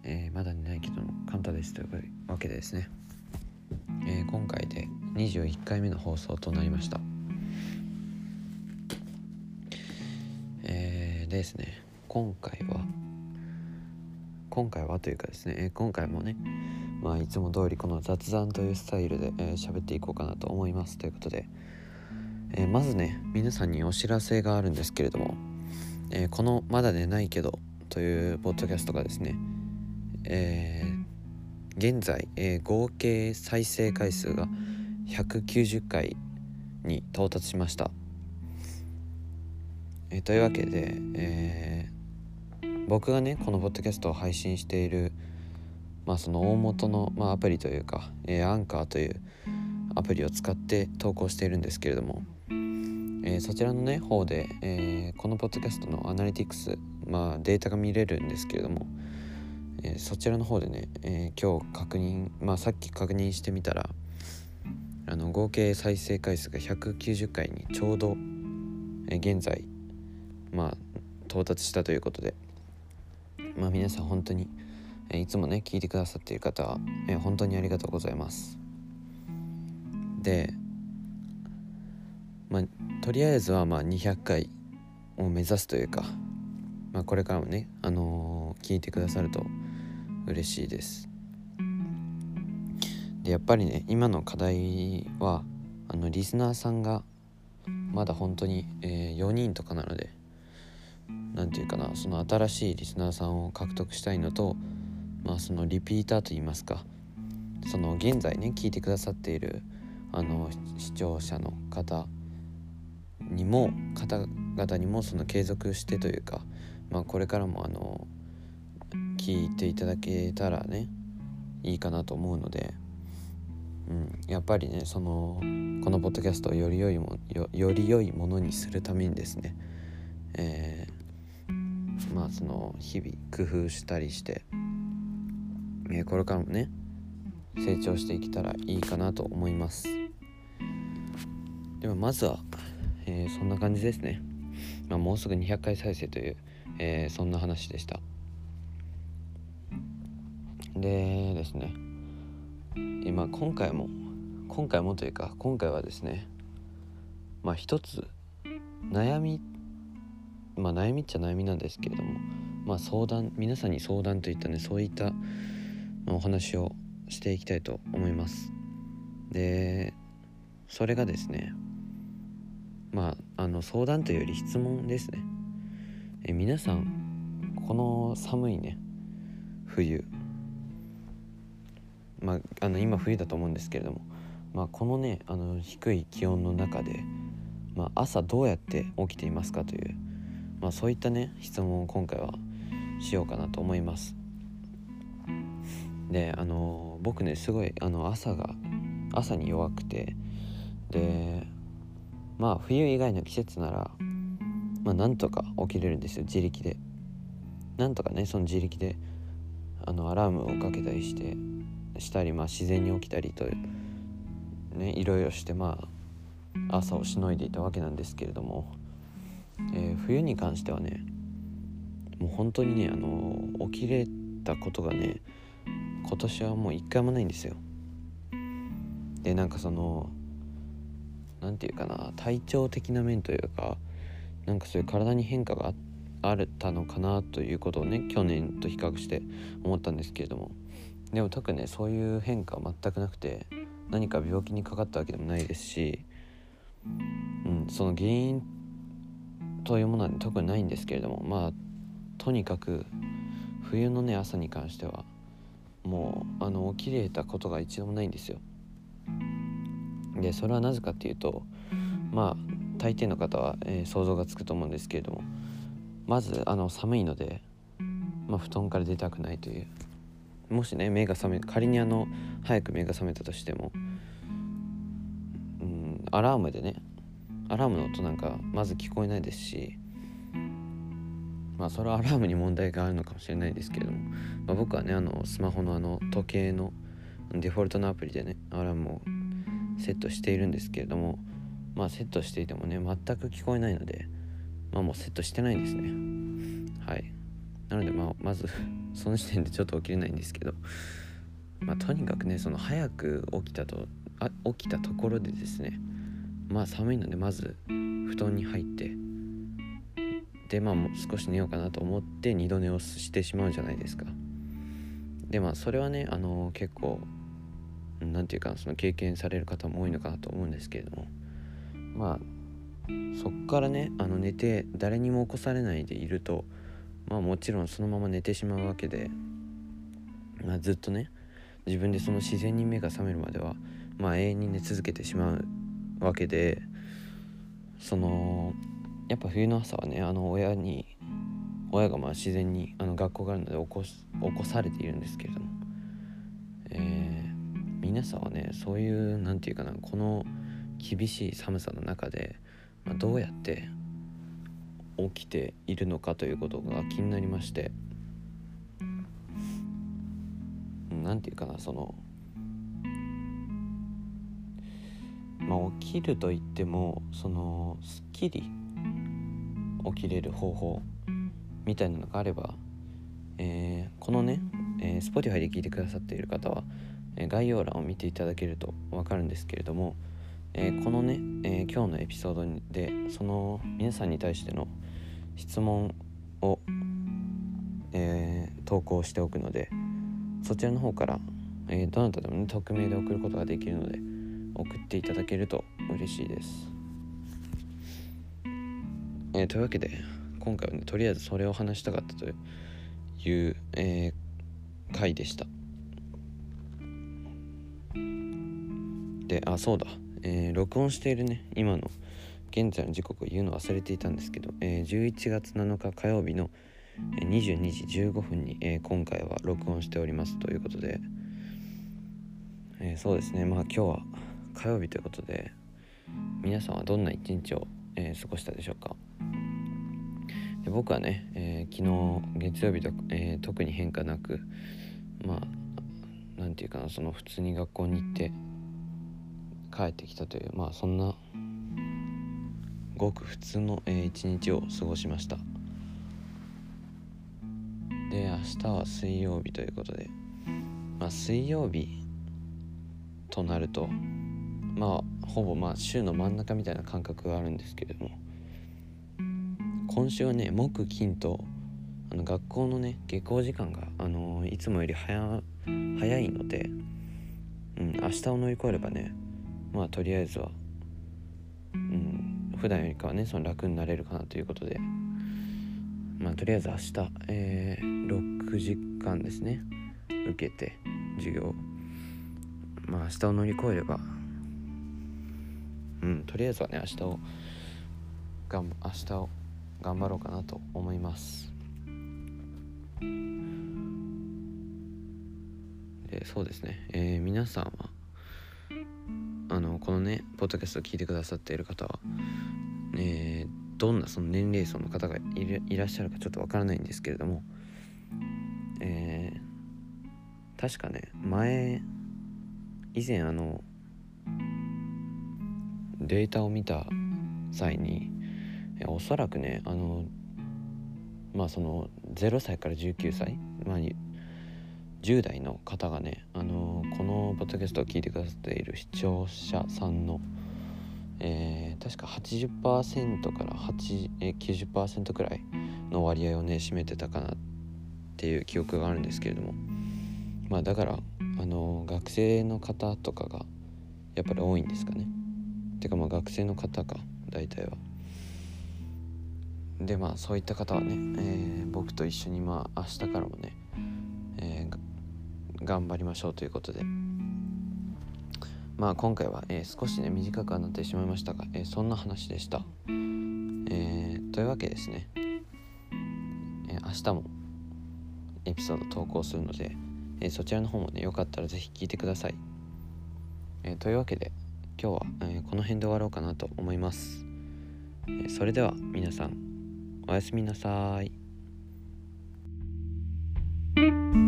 まだ寝ないけどカンタですというわけでですね、今回で21回目の放送となりました。ですね、今回はというかですね、今回もね、いつも通りこの雑談というスタイルで喋っていこうかなと思いますということで、まずね、皆さんにお知らせがあるんですけれども、このまだ寝ないけどというポッドキャストがですね、現在、合計再生回数が190回に到達しました。というわけで、僕がねこのポッドキャストを配信している、その大元の、アプリというか、アンカーというアプリを使って投稿しているんですけれども、そちらのね方で、このポッドキャストのアナリティクス、データが見れるんですけれども、そちらの方でね、今日さっき確認してみたら、合計再生回数が190回にちょうど、現在到達したということで、皆さん本当に、いつもね聞いてくださっている方は、本当にありがとうございます。で、とりあえずは200回を目指すというか、これからもね、聞いてくださると嬉しいです。でやっぱりね、今の課題はリスナーさんがまだ本当に、4人とかなので、なんていうかな、その新しいリスナーさんを獲得したいのと、そのリピーターといいますか、その現在ね聞いてくださっている視聴者の方々にもその継続してというか、これからも聞いていただけたらねいいかなと思うので、やっぱりねこのポッドキャストをより良いものにするためにですね、その日々工夫したりして、これからもね成長していけたらいいかなと思います。ではまずは、そんな感じですね。もうすぐ200回再生という、そんな話でした。でですね、今回はですね、一つ悩みっちゃ悩みなんですけれども、皆さんに相談といったね、そういったお話をしていきたいと思います。でそれがですね、相談というより質問ですね。皆さんこの寒いね冬、今冬だと思うんですけれども、このね低い気温の中で、朝どうやって起きていますかという、そういったね質問を今回はしようかなと思います。で僕ねすごい朝に弱くて、で冬以外の季節ならなんとか起きれるんですよ、自力で。なんとかねその自力でアラームをかけたりしたり、自然に起きたりとねいろいろして朝をしのいでいたわけなんですけれども、冬に関してはねもう本当にね起きれたことがね今年はもう一回もないんですよ。でなんていうかな、体調的な面というか、そういう体に変化があったのかなということをね去年と比較して思ったんですけれども、でも特にねそういう変化は全くなくて、何か病気にかかったわけでもないですし、その原因というものは、特にないんですけれども、とにかく冬のね朝に関してはもう起きれたことが一度もないんですよ。でそれはなぜかっていうと、大抵の方は、想像がつくと思うんですけれども、まず寒いので、布団から出たくないという、もしね仮に早く目が覚めたとしても、アラームの音なんかまず聞こえないですし、それはアラームに問題があるのかもしれないですけれども、僕はねスマホの時計のデフォルトのアプリでねアラームをセットしているんですけれども、セットしていてもね全く聞こえないので、もうセットしてないんですね。はい。なのでまずその時点でちょっと起きれないんですけど、とにかくね、その早く起きたところでですね、寒いのでまず布団に入って、でもう少し寝ようかなと思って二度寝をしてしまうじゃないですか。でそれはね結構なんていうか、その経験される方も多いのかなと思うんですけれども、そっからね寝て誰にも起こされないでいると、もちろんそのまま寝てしまうわけで、ずっとね自分でその自然に目が覚めるまでは永遠に寝続けてしまうわけで、やっぱ冬の朝はね親が自然に学校があるので起こされているんですけれども、皆さんはねそういうなんていうかな、この厳しい寒さの中で、どうやって起きているのかということが気になりまして、なんていうかな、起きるといってもすっきり起きれる方法みたいなのがあれば、このね、Spotify で聞いてくださっている方は、概要欄を見ていただけると分かるんですけれども、このね、今日のエピソードでその皆さんに対しての質問を、投稿しておくので、そちらの方から、どなたでも、ね、匿名で送ることができるので送っていただけると嬉しいです。というわけで今回はね、とりあえずそれを話したかったという、回でした。で、そうだ、録音しているね今の現在の時刻を言うの忘れていたんですけど、11月7日火曜日の22時15分に、今回は録音しておりますということで、そうですね、今日は火曜日ということで、皆さんはどんな一日を、過ごしたでしょうか。で、僕はね、昨日月曜日と、特に変化なく、なんていうかな、普通に学校に行って帰ってきたという、そんなごく普通の、一日を過ごしました。で、明日は水曜日ということで、水曜日となるとほぼ週の真ん中みたいな感覚があるんですけれども、今週はね木金と学校のね下校時間が、いつもより早いので、明日を乗り越えればねとりあえずは、普段よりかはね楽になれるかなということで、とりあえず明日、6時間ですね受けて授業、明日を乗り越えれば、とりあえずはね明日を頑張ろうかなと思います。で、そうですね、皆さんはこのねポッドキャストを聞いてくださっている方は、どんなその年齢層の方がいらっしゃるかちょっとわからないんですけれども、確かね以前データを見た際に、おそらくね0歳から19歳、10代の方がね、このポッドキャストを聞いてくださっている視聴者さんの、確か 80% から90% くらいの割合をね占めてたかなっていう記憶があるんですけれども、だから学生の方とかがやっぱり多いんですかね。てか学生の方か大体は。でそういった方はね、僕と一緒に明日からもね、頑張りましょうということで、今回は、少しね短くはなってしまいましたが、そんな話でした。というわけですね、明日もエピソード投稿するので、そちらの方もねよかったらぜひ聞いてください。というわけで今日は、この辺で終わろうかなと思います。それでは皆さんおやすみなさい。